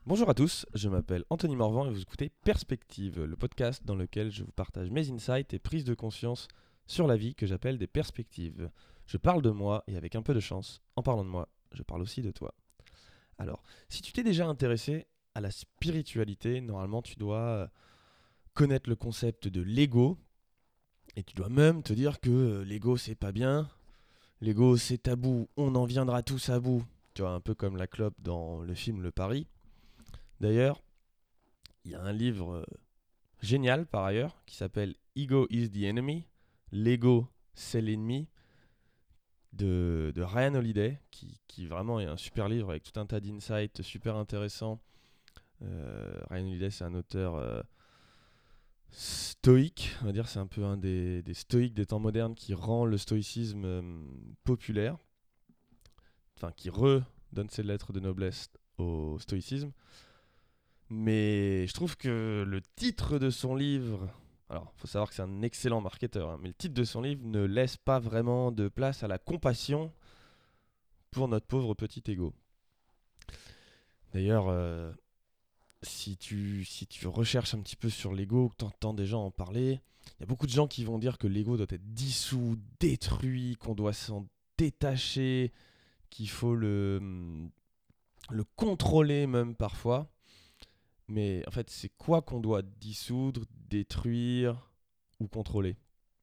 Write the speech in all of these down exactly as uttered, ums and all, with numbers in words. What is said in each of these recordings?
Bonjour à tous, je m'appelle Anthony Morvan et vous écoutez Perspective, le podcast dans lequel je vous partage mes insights et prises de conscience sur la vie que j'appelle des perspectives. Je parle de moi et avec un peu de chance, en parlant de moi, je parle aussi de toi. Alors, si tu t'es déjà intéressé à la spiritualité, normalement tu dois euh, connaître le concept de l'ego et tu dois même te dire que euh, l'ego c'est pas bien, l'ego c'est tabou, on en viendra tous à bout. Tu vois, un peu comme la clope dans le film Le Pari. D'ailleurs, il y a un livre euh, génial par ailleurs qui s'appelle Ego is the Enemy, l'ego c'est l'ennemi de, de Ryan Holiday, qui, qui vraiment est un super livre avec tout un tas d'insights super intéressants. Euh, Ryan Holiday c'est un auteur euh, stoïque, on va dire c'est un peu un des, des stoïques des temps modernes qui rend le stoïcisme euh, populaire, enfin qui redonne ses lettres de noblesse au stoïcisme. Mais je trouve que le titre de son livre, alors il faut savoir que c'est un excellent marketeur, hein, mais le titre de son livre ne laisse pas vraiment de place à la compassion pour notre pauvre petit ego. D'ailleurs, euh, si, tu, si tu recherches un petit peu sur l'ego, que tu entends des gens en parler, il y a beaucoup de gens qui vont dire que l'ego doit être dissous, détruit, qu'on doit s'en détacher, qu'il faut le, le contrôler même parfois. Mais en fait, c'est quoi qu'on doit dissoudre, détruire ou contrôler?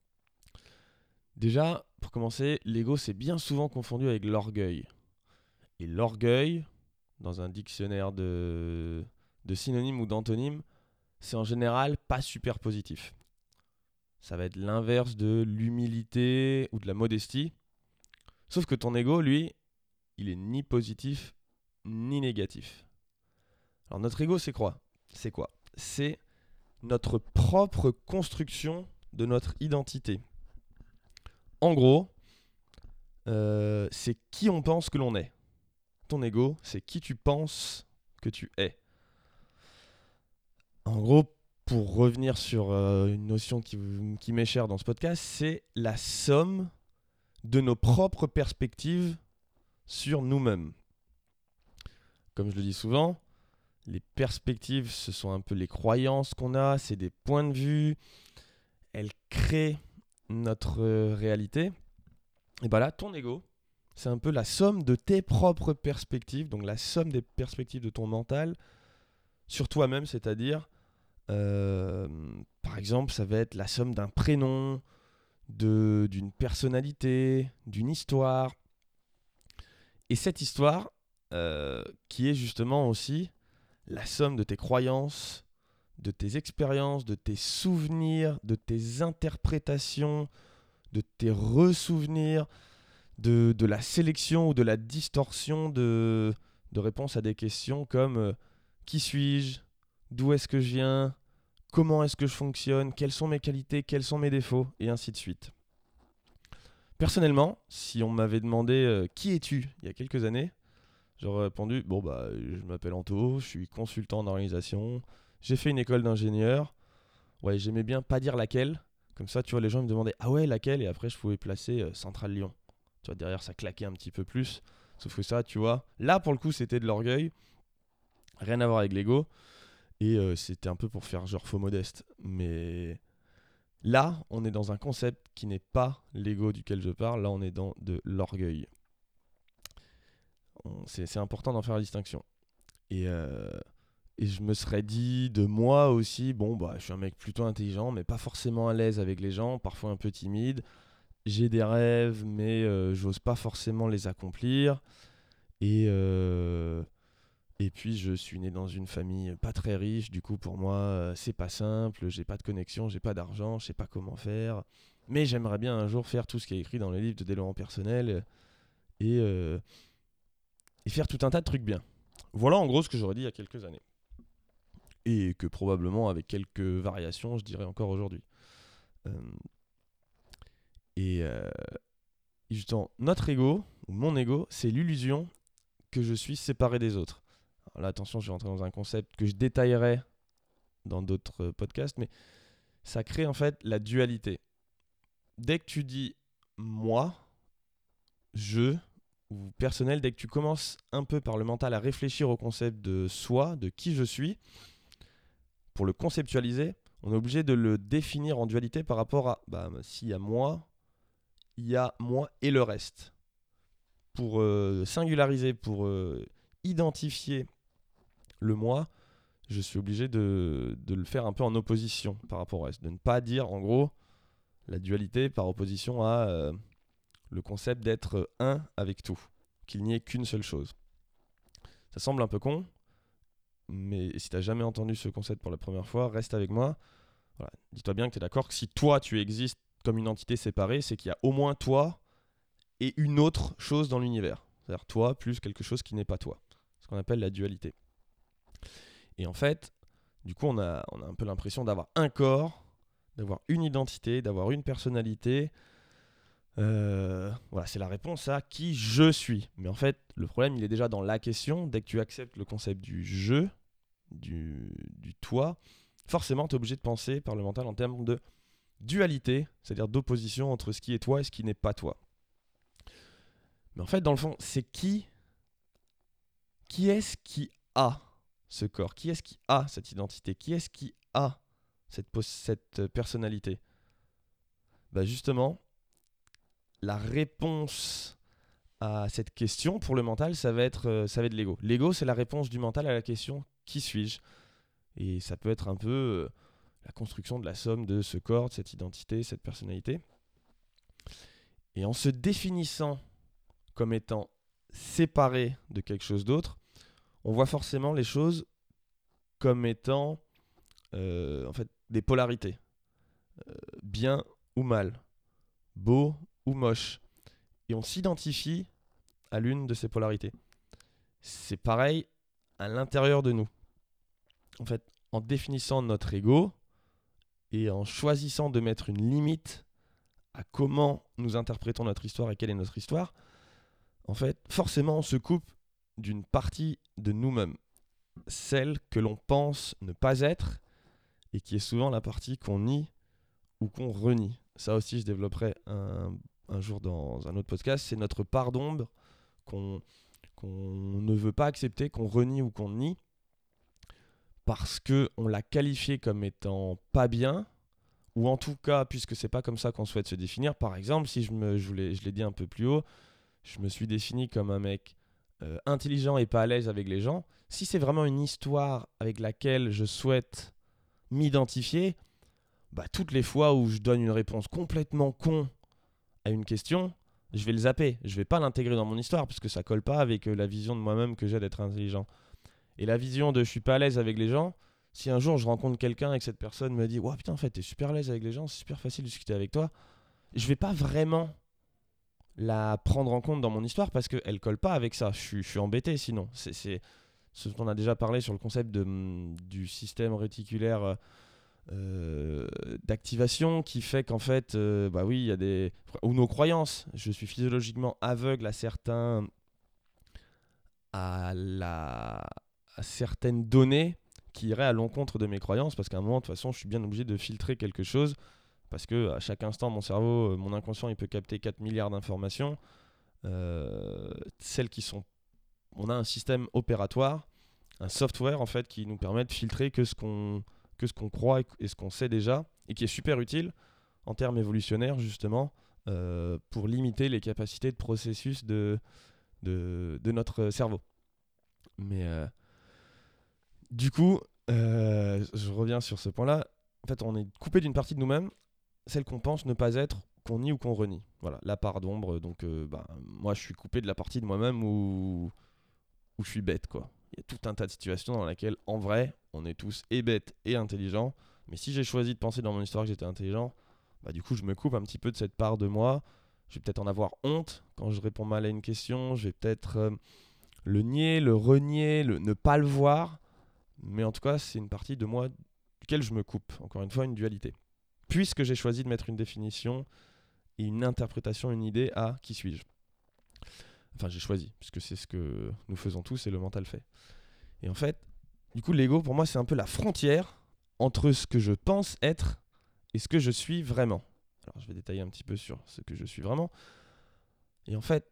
Déjà, pour commencer, l'ego c'est bien souvent confondu avec l'orgueil. Et l'orgueil, dans un dictionnaire de, de synonymes ou d'antonymes, c'est en général pas super positif. Ça va être l'inverse de l'humilité ou de la modestie. Sauf que ton ego, lui, il est ni positif ni négatif. Alors notre ego, c'est quoi? C'est quoi? C'est notre propre construction de notre identité. En gros, euh, c'est qui on pense que l'on est. Ton ego, c'est qui tu penses que tu es. En gros, pour revenir sur euh, une notion qui, qui m'est chère dans ce podcast, c'est la somme de nos propres perspectives sur nous-mêmes. Comme je le dis souvent, les perspectives, ce sont un peu les croyances qu'on a, c'est des points de vue, elles créent notre euh, réalité. Et bien là, ton ego, c'est un peu la somme de tes propres perspectives, donc la somme des perspectives de ton mental sur toi-même, c'est-à-dire, euh, par exemple, ça va être la somme d'un prénom, de, d'une personnalité, d'une histoire. Et cette histoire, euh, qui est justement aussi la somme de tes croyances, de tes expériences, de tes souvenirs, de tes interprétations, de tes ressouvenirs, de, de la sélection ou de la distorsion de, de réponses à des questions comme euh, qui suis-je, d'où est-ce que je viens, comment est-ce que je fonctionne, quelles sont mes qualités, quels sont mes défauts, et ainsi de suite. Personnellement, si on m'avait demandé euh, qui es-tu il y a quelques années, j'aurais répondu bon bah je m'appelle Anto, je suis consultant en organisation, j'ai fait une école d'ingénieur. Ouais, j'aimais bien pas dire laquelle, comme ça tu vois les gens me demandaient ah ouais laquelle et après je pouvais placer euh, Centrale Lyon. Tu vois derrière ça claquait un petit peu plus, sauf que ça tu vois, là pour le coup c'était de l'orgueil, rien à voir avec l'ego et euh, c'était un peu pour faire genre faux modeste, mais là, on est dans un concept qui n'est pas l'ego duquel je parle. Là, on est dans de l'orgueil. On- C'est, c'est important d'en faire la distinction. Et, euh, et je me serais dit de moi aussi, bon, bah, je suis un mec plutôt intelligent, mais pas forcément à l'aise avec les gens, parfois un peu timide. J'ai des rêves, mais euh, j'ose pas forcément les accomplir. Et, euh, et puis, je suis né dans une famille pas très riche. Du coup, pour moi, euh, c'est pas simple. J'ai pas de connexion, j'ai pas d'argent, je sais pas comment faire. Mais j'aimerais bien un jour faire tout ce qui est écrit dans les livres de développement personnel et, euh, et faire tout un tas de trucs bien. Voilà en gros ce que j'aurais dit il y a quelques années. Et que probablement avec quelques variations, je dirais encore aujourd'hui. Euh, et euh, justement, notre ego, ou mon ego, c'est l'illusion que je suis séparé des autres. Alors là, attention, je vais rentrer dans un concept que je détaillerai dans d'autres euh, podcasts, mais ça crée en fait la dualité. Dès que tu dis moi, je ou personnel, dès que tu commences un peu par le mental à réfléchir au concept de soi, de qui je suis, pour le conceptualiser, on est obligé de le définir en dualité par rapport à, bah, s'il y a moi, il y a moi et le reste. Pour euh, singulariser, pour euh, identifier le moi, je suis obligé de, de le faire un peu en opposition par rapport au reste. De ne pas dire, en gros, la dualité par opposition à euh, le concept d'être un avec tout, qu'il n'y ait qu'une seule chose. Ça semble un peu con, mais si tu n'as jamais entendu ce concept pour la première fois, reste avec moi. Voilà. Dis-toi bien que tu es d'accord que si toi, tu existes comme une entité séparée, c'est qu'il y a au moins toi et une autre chose dans l'univers. C'est-à-dire toi plus quelque chose qui n'est pas toi. Ce qu'on appelle la dualité. Et en fait, du coup, on a, on a un peu l'impression d'avoir un corps, d'avoir une identité, d'avoir une personnalité. Euh, voilà, c'est la réponse à qui je suis. Mais en fait, le problème, il est déjà dans la question. Dès que tu acceptes le concept du je, du, du toi, forcément, tu es obligé de penser par le mental en termes de dualité, c'est-à-dire d'opposition entre ce qui est toi et ce qui n'est pas toi. Mais en fait, dans le fond, c'est qui Qui est-ce qui a ce corps? Qui est-ce qui a cette identité? Qui est-ce qui a cette, pos- cette personnalité? Bah justement, la réponse à cette question pour le mental, ça va être, euh, ça va être l'ego. L'ego, c'est la réponse du mental à la question qui suis-je? Et ça peut être un peu euh, la construction de la somme de ce corps, de cette identité, cette personnalité. Et en se définissant comme étant séparé de quelque chose d'autre, on voit forcément les choses comme étant euh, en fait, des polarités. Euh, bien ou mal, beau ou moche. Et on s'identifie à l'une de ces polarités. C'est pareil à l'intérieur de nous. En fait, en définissant notre ego et en choisissant de mettre une limite à comment nous interprétons notre histoire et quelle est notre histoire, en fait, forcément, on se coupe d'une partie de nous-mêmes. Celle que l'on pense ne pas être et qui est souvent la partie qu'on nie ou qu'on renie. Ça aussi, je développerai un, un jour dans un autre podcast. C'est notre part d'ombre qu'on, qu'on ne veut pas accepter, qu'on renie ou qu'on nie parce qu'on l'a qualifiée comme étant pas bien, ou en tout cas, puisque c'est pas comme ça qu'on souhaite se définir. Par exemple, si je, me, je, voulais, je l'ai dit un peu plus haut, je me suis défini comme un mec euh, intelligent et pas à l'aise avec les gens. Si c'est vraiment une histoire avec laquelle je souhaite m'identifier, bah, toutes les fois où je donne une réponse complètement con à une question, je vais le zapper. Je vais pas l'intégrer dans mon histoire parce que ça colle pas avec euh, la vision de moi-même que j'ai d'être intelligent. Et la vision de je suis pas à l'aise avec les gens, si un jour je rencontre quelqu'un et que cette personne me dit ouais putain en fait t'es super à l'aise avec les gens, c'est super facile de discuter avec toi, je vais pas vraiment la prendre en compte dans mon histoire parce qu'elle colle pas avec ça. Je suis, je suis embêté sinon. C'est, c'est ce dont on a déjà parlé sur le concept de, du système réticulaire euh, euh, d'activation qui fait qu'en fait, euh, bah oui, il y a des... ou nos croyances. Je suis physiologiquement aveugle à certains... à, la... à certaines données qui iraient à l'encontre de mes croyances parce qu'à un moment, de toute façon, je suis bien obligé de filtrer quelque chose parce que à chaque instant, mon cerveau, mon inconscient, il peut capter quatre milliards d'informations. Euh, celles qui sont... On a un système opératoire, un software en fait qui nous permet de filtrer que ce qu'on, que ce qu'on croit et ce qu'on sait déjà et qui est super utile en termes évolutionnaires justement euh, pour limiter les capacités de processus de, de, de notre cerveau. Mais euh, du coup, euh, je reviens sur ce point-là. En fait, on est coupé d'une partie de nous-mêmes, celle qu'on pense ne pas être, qu'on nie ou qu'on renie. Voilà, la part d'ombre. Donc, euh, bah, moi, je suis coupé de la partie de moi-même où, où je suis bête, quoi. Il y a tout un tas de situations dans lesquelles, en vrai, on est tous et bêtes et intelligents. Mais si j'ai choisi de penser dans mon histoire que j'étais intelligent, bah, du coup, je me coupe un petit peu de cette part de moi. Je vais peut-être en avoir honte quand je réponds mal à une question. Je vais peut-être euh, le nier, le renier, le, ne pas le voir. Mais en tout cas, c'est une partie de moi duquel je me coupe. Encore une fois, une dualité. Puisque j'ai choisi de mettre une définition et une interprétation, une idée à qui suis-je. Enfin, j'ai choisi, puisque c'est ce que nous faisons tous et le mental fait. Et en fait, du coup, l'ego, pour moi, c'est un peu la frontière entre ce que je pense être et ce que je suis vraiment. Alors, je vais détailler un petit peu sur ce que je suis vraiment. Et en fait,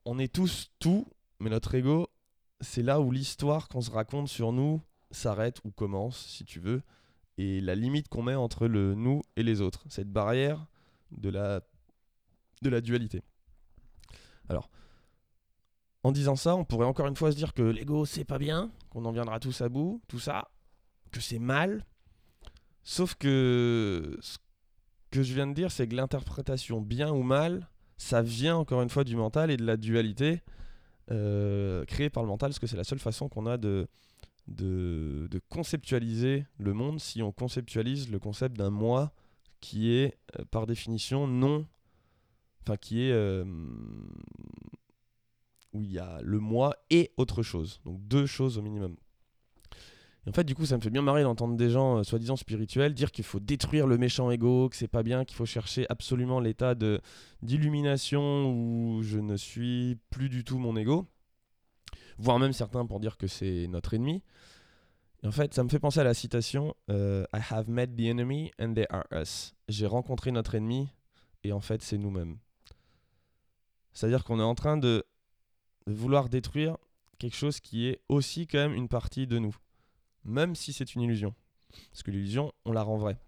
on est tous tout, mais notre ego, c'est là où l'histoire qu'on se raconte sur nous s'arrête ou commence, si tu veux, et la limite qu'on met entre le nous et les autres, cette barrière de la, de la dualité. Alors, en disant ça, on pourrait encore une fois se dire que l'ego, c'est pas bien, qu'on en viendra tous à bout, tout ça, que c'est mal. Sauf que ce que je viens de dire, c'est que l'interprétation bien ou mal, ça vient encore une fois du mental et de la dualité euh, créée par le mental, parce que c'est la seule façon qu'on a de, de, de conceptualiser le monde si on conceptualise le concept d'un moi qui est euh, par définition non, enfin qui est euh, où il y a le moi et autre chose, donc deux choses au minimum. Et en fait, du coup, ça me fait bien marrer d'entendre des gens euh, soi-disant spirituels dire qu'il faut détruire le méchant ego, que c'est pas bien, qu'il faut chercher absolument l'état de, d'illumination où je ne suis plus du tout mon ego, voire même certains pour dire que c'est notre ennemi. Et en fait, ça me fait penser à la citation euh, I have met the enemy and they are us. J'ai rencontré notre ennemi et en fait, c'est nous-mêmes. C'est-à-dire qu'on est en train de, de vouloir détruire quelque chose qui est aussi quand même une partie de nous. Même si c'est une illusion. Parce que l'illusion, on la rend vraie.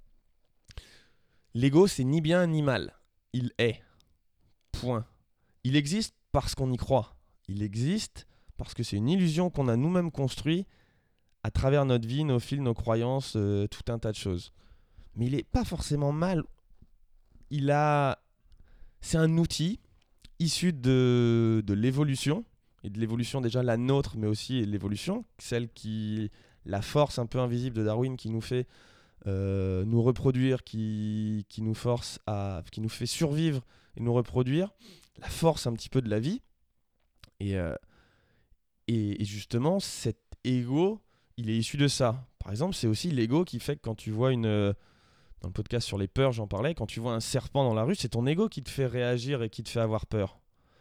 L'ego, c'est ni bien ni mal. Il est. Point. Il existe parce qu'on y croit. Il existe parce que c'est une illusion qu'on a nous-mêmes construite à travers notre vie, nos fils, nos croyances, euh, tout un tas de choses. Mais il n'est pas forcément mal. Il a... C'est un outil issu de, de l'évolution. Et de l'évolution déjà la nôtre, mais aussi l'évolution. Celle qui... La force un peu invisible de Darwin qui nous fait euh, nous reproduire, qui, qui nous force à, qui nous fait survivre et nous reproduire, la force un petit peu de la vie. Et, euh, et, et justement, cet ego, il est issu de ça. Par exemple, c'est aussi l'ego qui fait que quand tu vois une... Dans le podcast sur les peurs, j'en parlais, quand tu vois un serpent dans la rue, c'est ton ego qui te fait réagir et qui te fait avoir peur.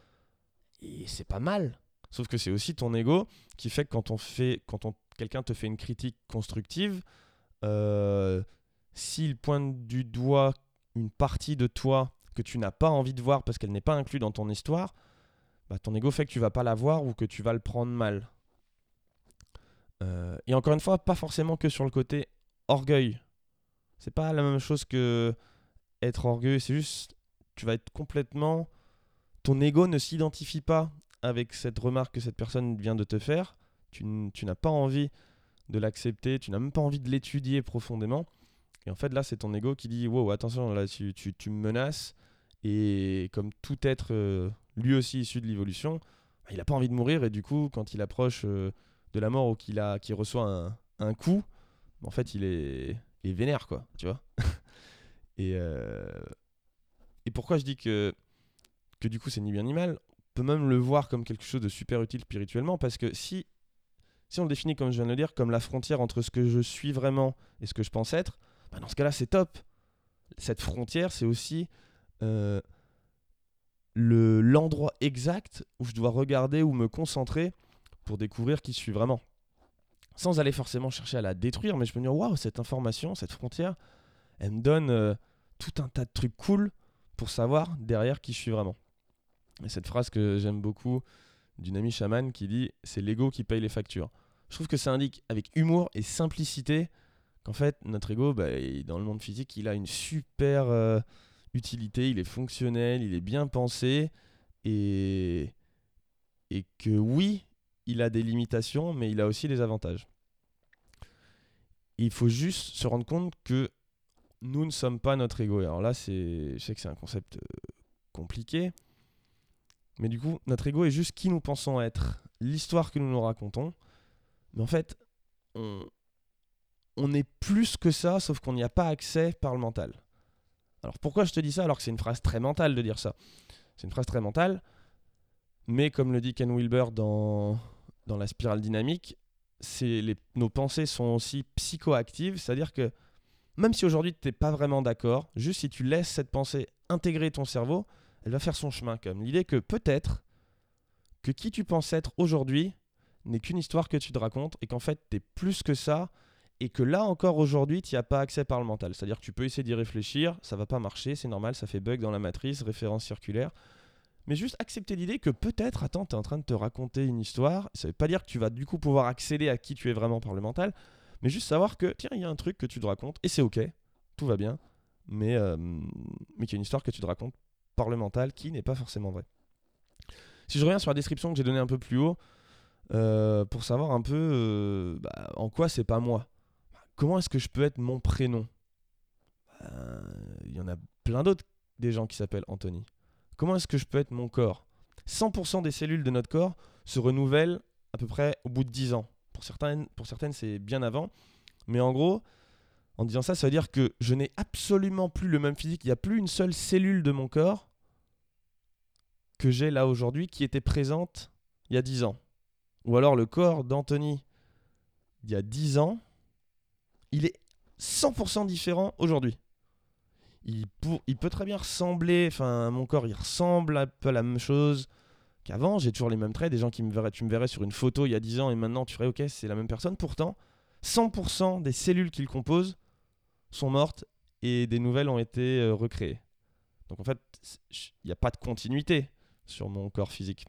Et c'est pas mal. Sauf que c'est aussi ton ego qui fait que quand on fait, quand on, quelqu'un te fait une critique constructive, euh, s'il pointe du doigt une partie de toi que tu n'as pas envie de voir parce qu'elle n'est pas inclue dans ton histoire, bah, ton ego fait que tu vas pas la voir ou que tu vas le prendre mal. Euh, et encore une fois, pas forcément que sur le côté orgueil. C'est pas la même chose que être orgueilleux, c'est juste tu vas être complètement... Ton ego ne s'identifie pas avec cette remarque que cette personne vient de te faire, tu, n- tu n'as pas envie de l'accepter, tu n'as même pas envie de l'étudier profondément. Et en fait, là, c'est ton ego qui dit wow, attention, là, tu, tu, tu me menaces. Et comme tout être, euh, lui aussi issu de l'évolution, bah, il n'a pas envie de mourir. Et du coup, quand il approche euh, de la mort ou qu'il, a, qu'il reçoit un, un coup, en fait, il est, il est vénère, quoi, tu vois. et, euh, et pourquoi je dis que, que du coup, c'est ni bien ni mal, peut même le voir comme quelque chose de super utile spirituellement, parce que si, si on le définit comme je viens de le dire, comme la frontière entre ce que je suis vraiment et ce que je pense être, bah dans ce cas-là c'est top. Cette frontière c'est aussi euh, le, l'endroit exact où je dois regarder ou me concentrer pour découvrir qui je suis vraiment. Sans aller forcément chercher à la détruire, mais je me dis waouh, cette information, cette frontière, elle me donne euh, tout un tas de trucs cool pour savoir derrière qui je suis vraiment. Et cette phrase que j'aime beaucoup d'une amie chamane qui dit « c'est l'ego qui paye les factures ». Je trouve que ça indique avec humour et simplicité qu'en fait, notre ego, bah, dans le monde physique, il a une super euh, utilité, il est fonctionnel, il est bien pensé, et, et que oui, il a des limitations, mais il a aussi des avantages. Et il faut juste se rendre compte que nous ne sommes pas notre ego. Et alors là, c'est, je sais que c'est un concept euh, compliqué, mais du coup, notre ego est juste qui nous pensons être, l'histoire que nous nous racontons. Mais en fait, on, on est plus que ça, sauf qu'on n'y a pas accès par le mental. Alors pourquoi je te dis ça alors que c'est une phrase très mentale de dire ça ? C'est une phrase très mentale, mais comme le dit Ken Wilber dans, dans la spirale dynamique, c'est les, nos pensées sont aussi psychoactives, c'est-à-dire que même si aujourd'hui tu n'es pas vraiment d'accord, juste si tu laisses cette pensée intégrer ton cerveau, elle va faire son chemin comme l'idée que peut-être que qui tu penses être aujourd'hui n'est qu'une histoire que tu te racontes et qu'en fait tu es plus que ça et que là encore aujourd'hui tu n'y as pas accès par le mental. C'est-à-dire que tu peux essayer d'y réfléchir, ça va pas marcher, c'est normal, ça fait bug dans la matrice, référence circulaire. mais juste accepter l'idée que peut-être, attends, tu es en train de te raconter une histoire. Ça veut pas dire que tu vas du coup pouvoir accéder à qui tu es vraiment par le mental, mais juste savoir que, tiens, il y a un truc que tu te racontes, et c'est ok, tout va bien, mais, euh, mais qu'il y a une histoire que tu te racontes par le mental qui n'est pas forcément vraie. Si je reviens sur la description que j'ai donnée un peu plus haut, euh, pour savoir un peu euh, bah, en quoi c'est pas moi. Comment est-ce que je peux être mon prénom ? Il euh, y en a plein d'autres, des gens qui s'appellent Anthony. Comment est-ce que je peux être mon corps ? cent pour cent des cellules de notre corps se renouvellent à peu près au bout de dix ans. Pour certaines, pour certaines c'est bien avant. Mais en gros, en disant ça, ça veut dire que je n'ai absolument plus le même physique. Il n'y a plus une seule cellule de mon corps que j'ai là aujourd'hui qui était présente il y a dix ans. Ou alors le corps d'Anthony il y a dix ans, il est cent pour cent différent aujourd'hui. Il, pour, il peut très bien ressembler, enfin mon corps il ressemble un peu à la même chose qu'avant, j'ai toujours les mêmes traits, des gens qui me verraient, tu me verrais sur une photo il y a dix ans et maintenant tu ferais ok c'est la même personne, pourtant cent pour cent des cellules qu'il compose sont mortes et des nouvelles ont été euh, recréées. Donc en fait il n'y a pas de continuité sur mon corps physique.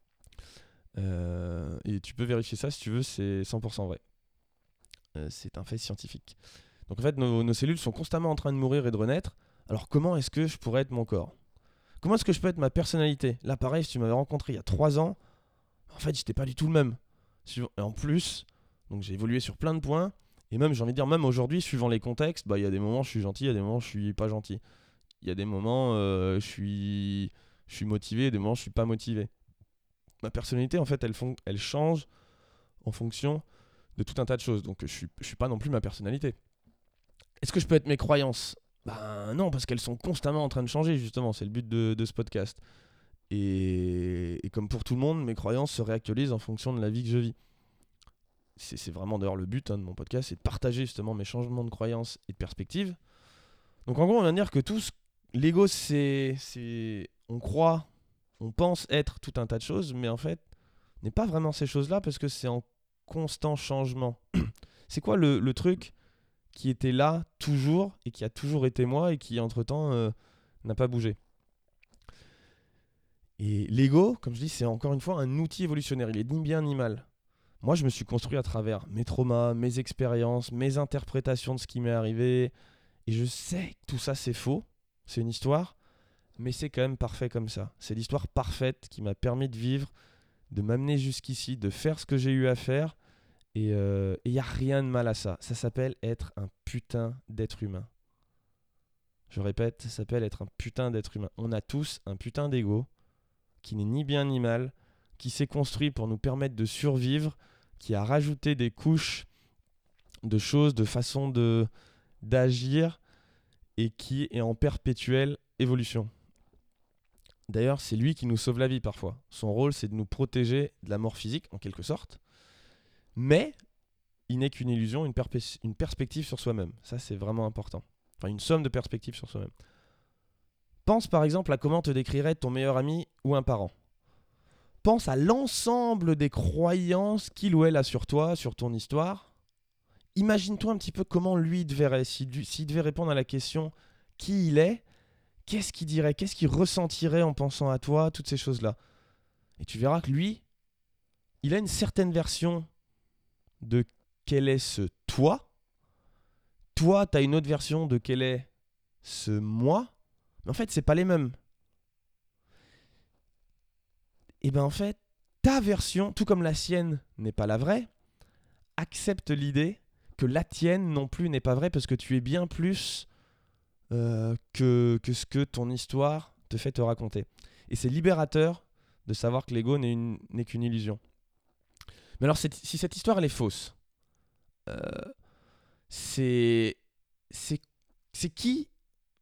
Euh, et tu peux vérifier ça si tu veux, c'est cent pour cent vrai. Euh, c'est un fait scientifique. Donc en fait, nos, nos cellules sont constamment en train de mourir et de renaître. Alors comment est-ce que je pourrais être mon corps ? Comment est-ce que je peux être ma personnalité ? Là, pareil, si tu m'avais rencontré il y a trois ans, en fait, j'étais pas du tout le même. Et en plus, donc j'ai évolué sur plein de points. Et même, j'ai envie de dire, même aujourd'hui, suivant les contextes, bah, il y a des moments où je suis gentil, il y a des moments où je suis pas gentil. Il y a des moments où euh, je suis, je suis motivé, et des moments où je suis pas motivé. Ma personnalité, en fait, elle, fon- elle change en fonction de tout un tas de choses. Donc, je suis, je suis pas non plus ma personnalité. Est-ce que je peux être mes croyances ? Ben non, parce qu'elles sont constamment en train de changer, justement. C'est le but de, de ce podcast. Et, et comme pour tout le monde, mes croyances se réactualisent en fonction de la vie que je vis. C'est, c'est vraiment d'ailleurs le but hein, de mon podcast, c'est de partager justement mes changements de croyances et de perspectives. Donc en gros, on vient de dire que tout ce, l'ego, c'est, c'est... On croit, on pense être tout un tas de choses, mais en fait, n'est pas vraiment ces choses-là parce que c'est en constant changement. C'est quoi le, le truc qui était là toujours et qui a toujours été moi et qui entre-temps euh, n'a pas bougé. Et l'ego, comme je dis, c'est encore une fois un outil évolutionnaire, il est ni bien ni mal. Moi, je me suis construit à travers mes traumas, mes expériences, mes interprétations de ce qui m'est arrivé, et je sais que tout ça c'est faux, c'est une histoire, mais c'est quand même parfait comme ça. C'est l'histoire parfaite qui m'a permis de vivre, de m'amener jusqu'ici, de faire ce que j'ai eu à faire, et il euh, n'y a rien de mal à ça. Ça s'appelle être un putain d'être humain. Je répète, ça s'appelle être un putain d'être humain. On a tous un putain d'ego qui n'est ni bien ni mal, qui s'est construit pour nous permettre de survivre, qui a rajouté des couches de choses, de façons de, d'agir et qui est en perpétuelle évolution. D'ailleurs, c'est lui qui nous sauve la vie parfois. Son rôle, c'est de nous protéger de la mort physique, en quelque sorte. Mais il n'est qu'une illusion, une, perpe- une perspective sur soi-même. Ça, c'est vraiment important. Enfin, une somme de perspectives sur soi-même. Pense par exemple à comment te décrirait ton meilleur ami ou un parent. Pense à l'ensemble des croyances qu'il ou elle a sur toi, sur ton histoire. Imagine-toi un petit peu comment lui te verrait. S'il, s'il devait répondre à la question qui il est, qu'est-ce qu'il dirait ? Qu'est-ce qu'il ressentirait en pensant à toi ? Toutes ces choses-là. Et tu verras que lui, il a une certaine version de quel est ce toi. Toi, tu as une autre version de quel est ce moi. Mais en fait, c'est pas les mêmes. Et bien en fait, ta version, tout comme la sienne n'est pas la vraie, accepte l'idée que la tienne non plus n'est pas vraie parce que tu es bien plus euh, que, que ce que ton histoire te fait te raconter. Et c'est libérateur de savoir que l'ego n'est, une, n'est qu'une illusion. Mais alors, cette, si cette histoire elle est fausse, euh, c'est, c'est, c'est qui moi ?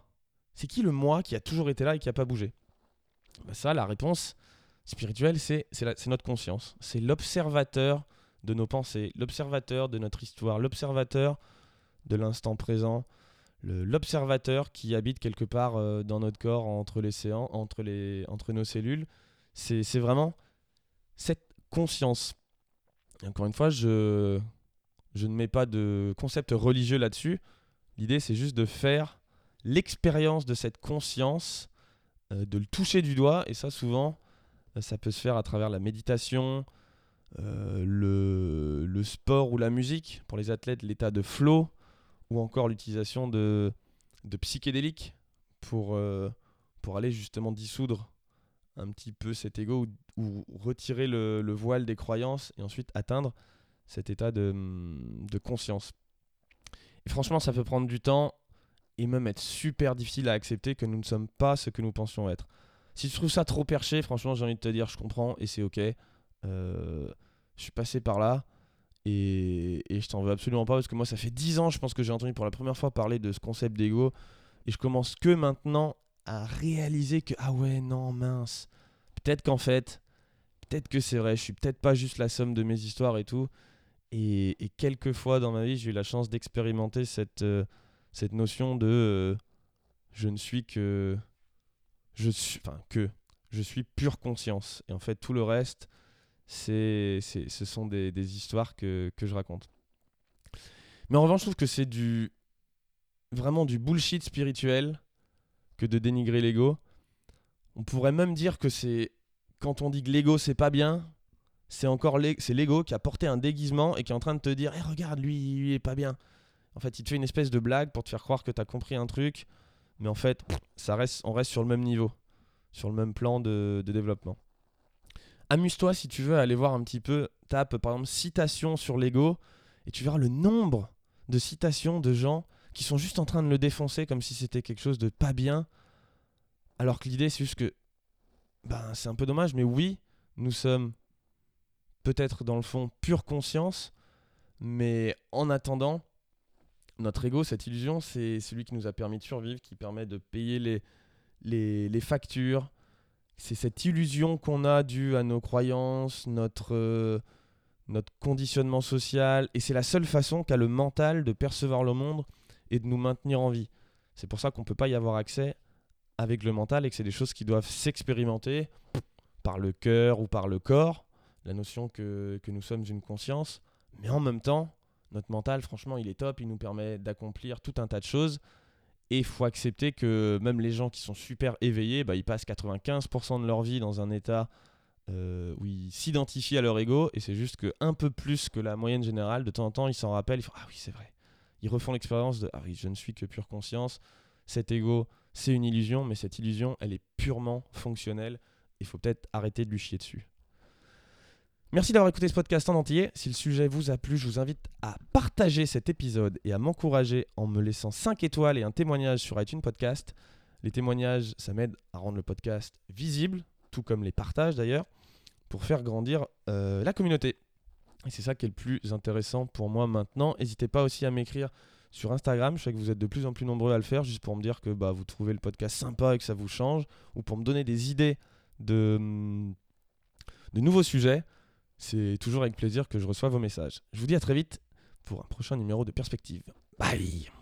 C'est qui le moi qui a toujours été là et qui n'a pas bougé ? Ben ça, la réponse spirituelle, c'est, c'est, la, c'est notre conscience. C'est l'observateur de nos pensées, l'observateur de notre histoire, l'observateur de l'instant présent, le, l'observateur qui habite quelque part euh, dans notre corps, entre les séans, entre, les, entre nos cellules. C'est, c'est vraiment cette conscience. Et encore une fois, je, je ne mets pas de concept religieux là-dessus. L'idée, c'est juste de faire l'expérience de cette conscience euh, de le toucher du doigt. Et ça, souvent, euh, ça peut se faire à travers la méditation, euh, le, le sport ou la musique. Pour les athlètes, l'état de flow, ou encore l'utilisation de, de psychédéliques pour, euh, pour aller justement dissoudre un petit peu cet ego, ou, ou retirer le, le voile des croyances et ensuite atteindre cet état de, de conscience. Et franchement, ça peut prendre du temps et même être super difficile à accepter que nous ne sommes pas ce que nous pensions être. Si tu trouves ça trop perché, franchement, j'ai envie de te dire, je comprends et c'est ok. Euh, je suis passé par là et, et je t'en veux absolument pas parce que moi, ça fait dix ans, je pense que j'ai entendu pour la première fois parler de ce concept d'ego et je commence que maintenant à réaliser que, ah ouais, non, mince, peut-être qu'en fait, peut-être que c'est vrai, je suis peut-être pas juste la somme de mes histoires et tout. Et, et quelques fois dans ma vie, j'ai eu la chance d'expérimenter cette, euh, cette notion de euh, je ne suis que je suis enfin que je suis pure conscience. Et en fait, tout le reste, c'est, c'est ce sont des, des histoires que, que je raconte. Mais en revanche, je trouve que c'est du vraiment du bullshit spirituel que de dénigrer l'ego. On pourrait même dire que c'est quand on dit que l'ego c'est pas bien, c'est encore l'e- c'est l'ego qui a porté un déguisement et qui est en train de te dire hey, regarde, lui, lui il est pas bien. En fait, il te fait une espèce de blague pour te faire croire que t'as compris un truc, mais en fait, ça reste, on reste sur le même niveau, sur le même plan de, de développement. Amuse-toi si tu veux à aller voir un petit peu, tape par exemple citation sur l'ego et tu verras le nombre de citations de gens qui sont juste en train de le défoncer comme si c'était quelque chose de pas bien, alors que l'idée c'est juste que ben, c'est un peu dommage, mais oui, nous sommes peut-être dans le fond pure conscience, mais en attendant, notre ego, cette illusion, c'est celui qui nous a permis de survivre, qui permet de payer les, les, les factures. C'est cette illusion qu'on a due à nos croyances, notre, euh, notre conditionnement social, et c'est la seule façon qu'a le mental de percevoir le monde et de nous maintenir en vie. C'est pour ça qu'on ne peut pas y avoir accès avec le mental et que c'est des choses qui doivent s'expérimenter par le cœur ou par le corps, la notion que, que nous sommes une conscience, mais en même temps, notre mental, franchement, il est top, il nous permet d'accomplir tout un tas de choses, et il faut accepter que même les gens qui sont super éveillés, bah, ils passent quatre-vingt-quinze pour cent de leur vie dans un état euh, où ils s'identifient à leur ego, et c'est juste qu'un peu plus que la moyenne générale, de temps en temps, ils s'en rappellent, ils font « Ah oui, c'est vrai ». Ils refont l'expérience de « Ah oui, je ne suis que pure conscience, cet ego, c'est une illusion, mais cette illusion, elle est purement fonctionnelle, il faut peut-être arrêter de lui chier dessus ». Merci d'avoir écouté ce podcast en entier. Si le sujet vous a plu, je vous invite à partager cet épisode et à m'encourager en me laissant cinq étoiles et un témoignage sur iTunes Podcast. Les témoignages, ça m'aide à rendre le podcast visible, tout comme les partages d'ailleurs, pour faire grandir euh, la communauté. Et c'est ça qui est le plus intéressant pour moi maintenant. N'hésitez pas aussi à m'écrire sur Instagram. Je sais que vous êtes de plus en plus nombreux à le faire, juste pour me dire que bah, vous trouvez le podcast sympa et que ça vous change, ou pour me donner des idées de, de nouveaux sujets. C'est toujours avec plaisir que je reçois vos messages. Je vous dis à très vite pour un prochain numéro de Perspective. Bye!